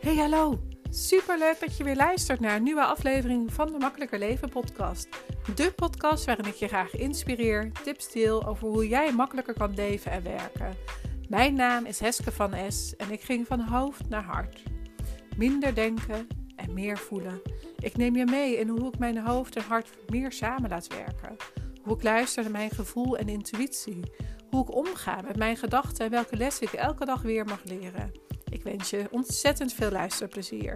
Hey, hallo! Superleuk dat je weer luistert naar een nieuwe aflevering van de Makkelijker Leven podcast. De podcast waarin ik je graag inspireer, tips deel over hoe jij makkelijker kan leven en werken. Mijn naam is Heske van S en ik ging van hoofd naar hart. Minder denken en meer voelen. Ik neem je mee in hoe ik mijn hoofd en hart meer samen laat werken. Hoe ik luister naar mijn gevoel en intuïtie. Hoe ik omga met mijn gedachten en welke lessen ik elke dag weer mag leren. Ik wens je ontzettend veel luisterplezier.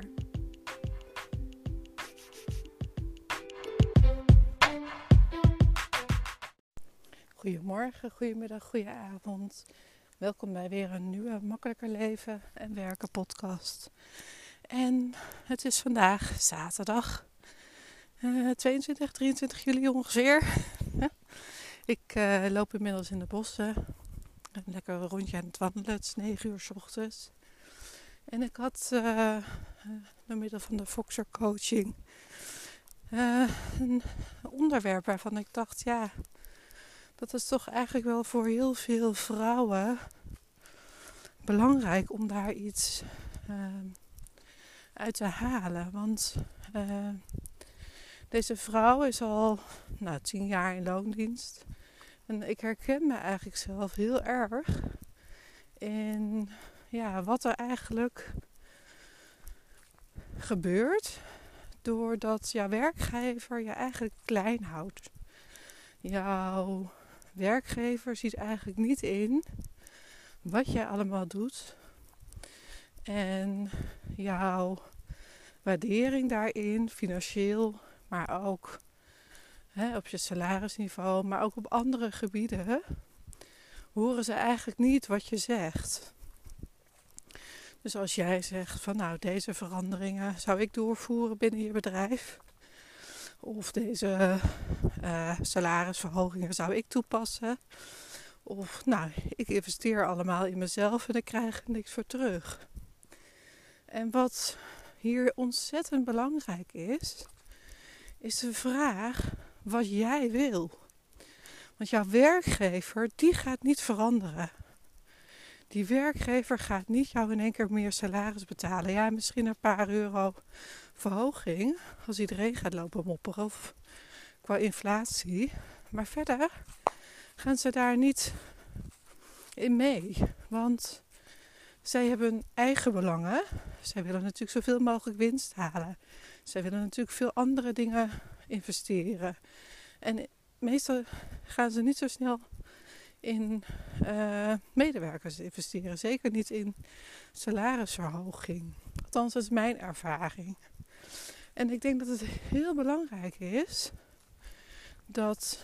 Goedemorgen, goedemiddag, goedenavond. Welkom bij weer een nieuwe Makkelijker Leven en Werken podcast. En het is vandaag zaterdag 22, 23 juli ongeveer. Ik loop inmiddels in de bossen. Lekker een rondje aan het wandelen. Het is 9 uur 's ochtends. En ik had door middel van de Voxer coaching een onderwerp waarvan ik dacht, ja, dat is toch eigenlijk wel voor heel veel vrouwen belangrijk om daar iets uit te halen. Want deze vrouw is al 10 jaar in loondienst. En ik herken me eigenlijk zelf heel erg in wat er eigenlijk gebeurt doordat jouw werkgever je eigenlijk klein houdt. Jouw werkgever ziet eigenlijk niet in wat jij allemaal doet. En jouw waardering daarin, financieel, maar ook op je salarisniveau, maar ook op andere gebieden, horen ze eigenlijk niet wat je zegt. Dus als jij zegt van deze veranderingen zou ik doorvoeren binnen je bedrijf. Of deze salarisverhogingen zou ik toepassen. Of ik investeer allemaal in mezelf en ik krijg er niks voor terug. En wat hier ontzettend belangrijk is de vraag wat jij wil. Want jouw werkgever, die gaat niet veranderen. Die werkgever gaat niet jou in één keer meer salaris betalen. Ja, misschien een paar euro verhoging. Als iedereen gaat lopen mopperen of qua inflatie. Maar verder gaan ze daar niet in mee. Want zij hebben eigen belangen. Zij willen natuurlijk zoveel mogelijk winst halen. Zij willen natuurlijk veel andere dingen investeren. En meestal gaan ze niet zo snel in medewerkers investeren. Zeker niet in salarisverhoging. Althans, dat is mijn ervaring. En ik denk dat het heel belangrijk is dat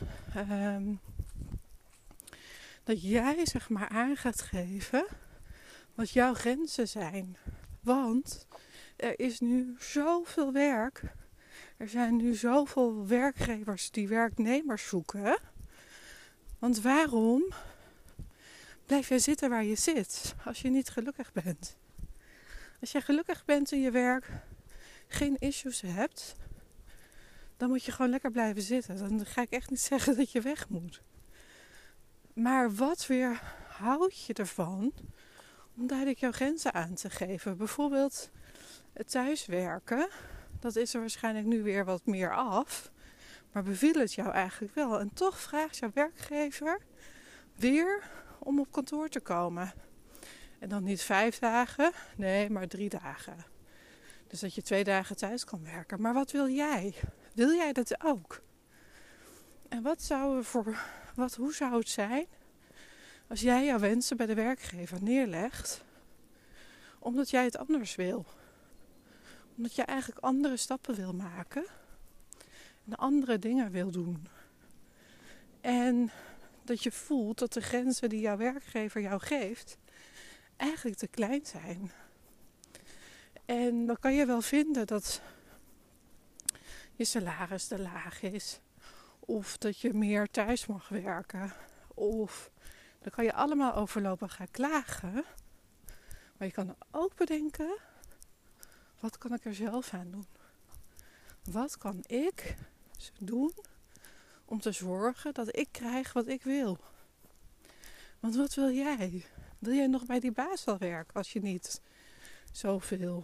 jij aan gaat geven wat jouw grenzen zijn. Want er is nu zoveel werk. Er zijn nu zoveel werkgevers die werknemers zoeken. Want waarom blijf jij zitten waar je zit als je niet gelukkig bent? Als jij gelukkig bent in je werk, geen issues hebt, dan moet je gewoon lekker blijven zitten. Dan ga ik echt niet zeggen dat je weg moet. Maar wat weerhoudt je ervan om duidelijk jouw grenzen aan te geven? Bijvoorbeeld het thuiswerken, dat is er waarschijnlijk nu weer wat meer af. Maar beviel het jou eigenlijk wel? En toch vraagt jouw werkgever weer om op kantoor te komen. En dan niet 5 dagen, nee, maar 3 dagen. Dus dat je 2 dagen thuis kan werken. Maar wat wil jij? Wil jij dat ook? En hoe zou het zijn als jij jouw wensen bij de werkgever neerlegt, omdat jij het anders wil? Omdat je eigenlijk andere stappen wil maken en andere dingen wil doen. En dat je voelt dat de grenzen die jouw werkgever jou geeft eigenlijk te klein zijn. En dan kan je wel vinden dat je salaris te laag is. Of dat je meer thuis mag werken. Of dan kan je allemaal overlopen gaan klagen. Maar je kan ook bedenken, wat kan ik er zelf aan doen? Wat kan ik doen om te zorgen dat ik krijg wat ik wil? Want wat wil jij? Wil jij nog bij die baas wel werken als je niet zoveel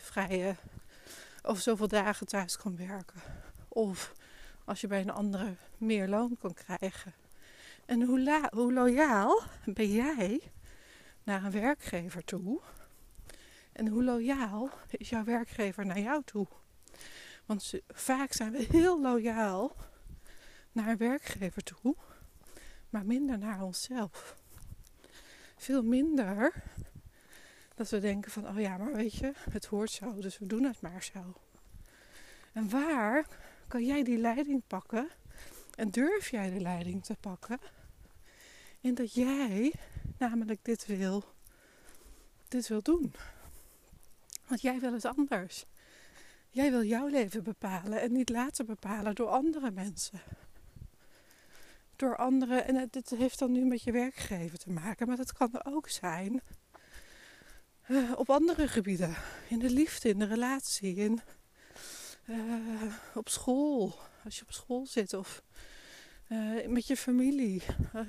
vrije of zoveel dagen thuis kan werken. Of als je bij een andere meer loon kan krijgen. En hoe loyaal ben jij naar een werkgever toe? En hoe loyaal is jouw werkgever naar jou toe? Want vaak zijn we heel loyaal naar een werkgever toe, maar minder naar onszelf. Veel minder dat we denken van, oh ja, maar weet je, het hoort zo, dus we doen het maar zo. En waar kan jij die leiding pakken? En durf jij de leiding te pakken? En dat jij namelijk dit wil doen. Want jij wil het anders. Jij wil jouw leven bepalen en niet laten bepalen door andere mensen. Door anderen, en dit heeft dan nu met je werkgever te maken, maar dat kan er ook zijn op andere gebieden. In de liefde, in de relatie, op school. Als je op school zit of met je familie.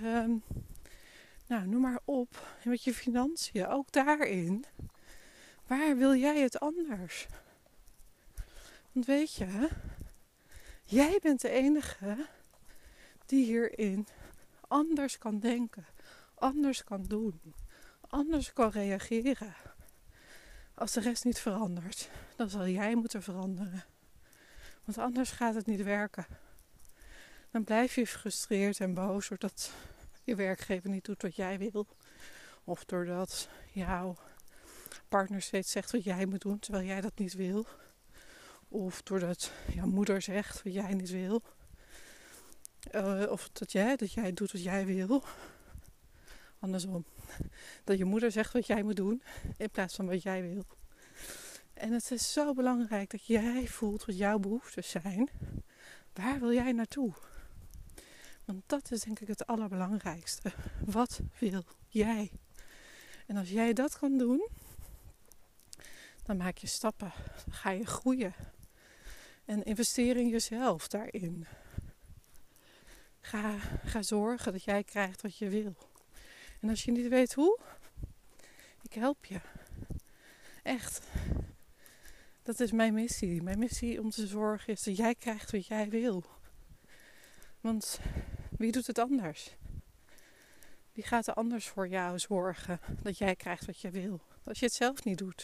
Noem maar op. Met je financiën, ook daarin. Waar wil jij het anders? Want weet je, jij bent de enige die hierin anders kan denken, anders kan doen, anders kan reageren. Als de rest niet verandert, dan zal jij moeten veranderen. Want anders gaat het niet werken. Dan blijf je gefrustreerd en boos doordat je werkgever niet doet wat jij wil. Of doordat jouw partner steeds zegt wat jij moet doen terwijl jij dat niet wil. Of doordat jouw moeder zegt wat jij niet wil. Of dat jij doet wat jij wil. Andersom. Dat je moeder zegt wat jij moet doen in plaats van wat jij wil. En het is zo belangrijk dat jij voelt wat jouw behoeftes zijn. Waar wil jij naartoe? Want dat is denk ik het allerbelangrijkste. Wat wil jij? En als jij dat kan doen, dan maak je stappen. Dan ga je groeien. En investeer in jezelf daarin. Ga zorgen dat jij krijgt wat je wil. En als je niet weet hoe, ik help je. Echt. Dat is mijn missie. Mijn missie om te zorgen is dat jij krijgt wat jij wil. Want wie doet het anders? Wie gaat er anders voor jou zorgen dat jij krijgt wat je wil? Als je het zelf niet doet.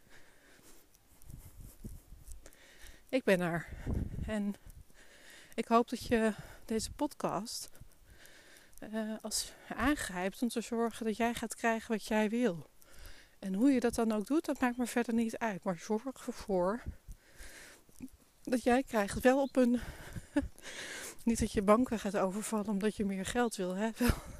Ik ben er. En ik hoop dat je deze podcast als aangrijpt om te zorgen dat jij gaat krijgen wat jij wil. En hoe je dat dan ook doet, dat maakt me verder niet uit. Maar zorg ervoor dat jij krijgt wel op een... Niet dat je banken gaat overvallen omdat je meer geld wil. Hè?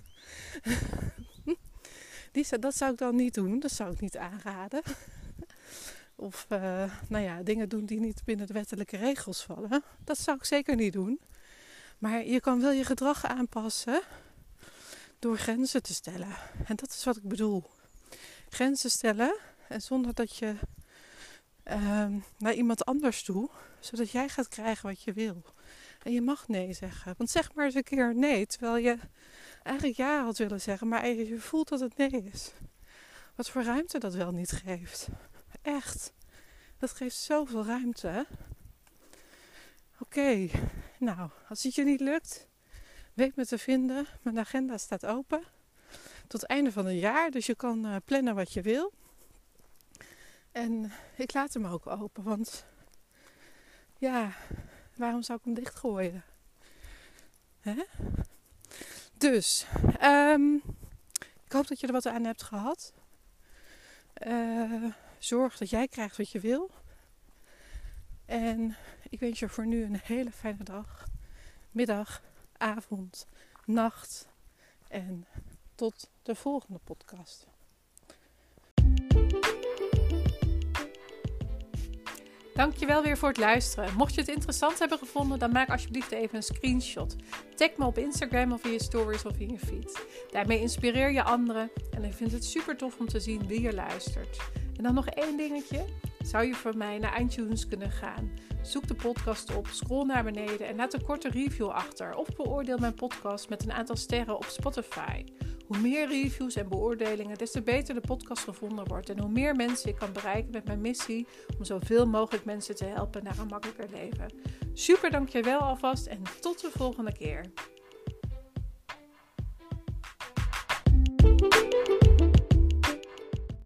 Dat zou ik dan niet doen. Dat zou ik niet aanraden. Of dingen doen die niet binnen de wettelijke regels vallen. Dat zou ik zeker niet doen. Maar je kan wel je gedrag aanpassen door grenzen te stellen. En dat is wat ik bedoel. Grenzen stellen en zonder dat je naar iemand anders toe, zodat jij gaat krijgen wat je wil. En je mag nee zeggen. Want zeg maar eens een keer nee, terwijl je eigenlijk ja had willen zeggen, maar je voelt dat het nee is. Wat voor ruimte dat wel niet geeft. Echt. Dat geeft zoveel ruimte. Oké. Nou, als het je niet lukt, weet me te vinden. Mijn agenda staat open. Tot het einde van het jaar. Dus je kan plannen wat je wil. En ik laat hem ook open. Want ja, waarom zou ik hem dichtgooien? Hè? Dus, ik hoop dat je er wat aan hebt gehad. Zorg dat jij krijgt wat je wil. En ik wens je voor nu een hele fijne dag, middag, avond, nacht. En tot de volgende podcast. Dankjewel weer voor het luisteren. Mocht je het interessant hebben gevonden, dan maak alsjeblieft even een screenshot. Tag me op Instagram of in je stories of in je feed. Daarmee inspireer je anderen en ik vind het super tof om te zien wie er luistert. En dan nog één dingetje. Zou je voor mij naar iTunes kunnen gaan? Zoek de podcast op, scroll naar beneden en laat een korte review achter. Of beoordeel mijn podcast met een aantal sterren op Spotify. Hoe Hoe meer reviews en beoordelingen, des te beter de podcast gevonden wordt. En hoe meer mensen ik kan bereiken met mijn missie om zoveel mogelijk mensen te helpen naar een makkelijker leven. Super, dankjewel alvast en tot de volgende keer.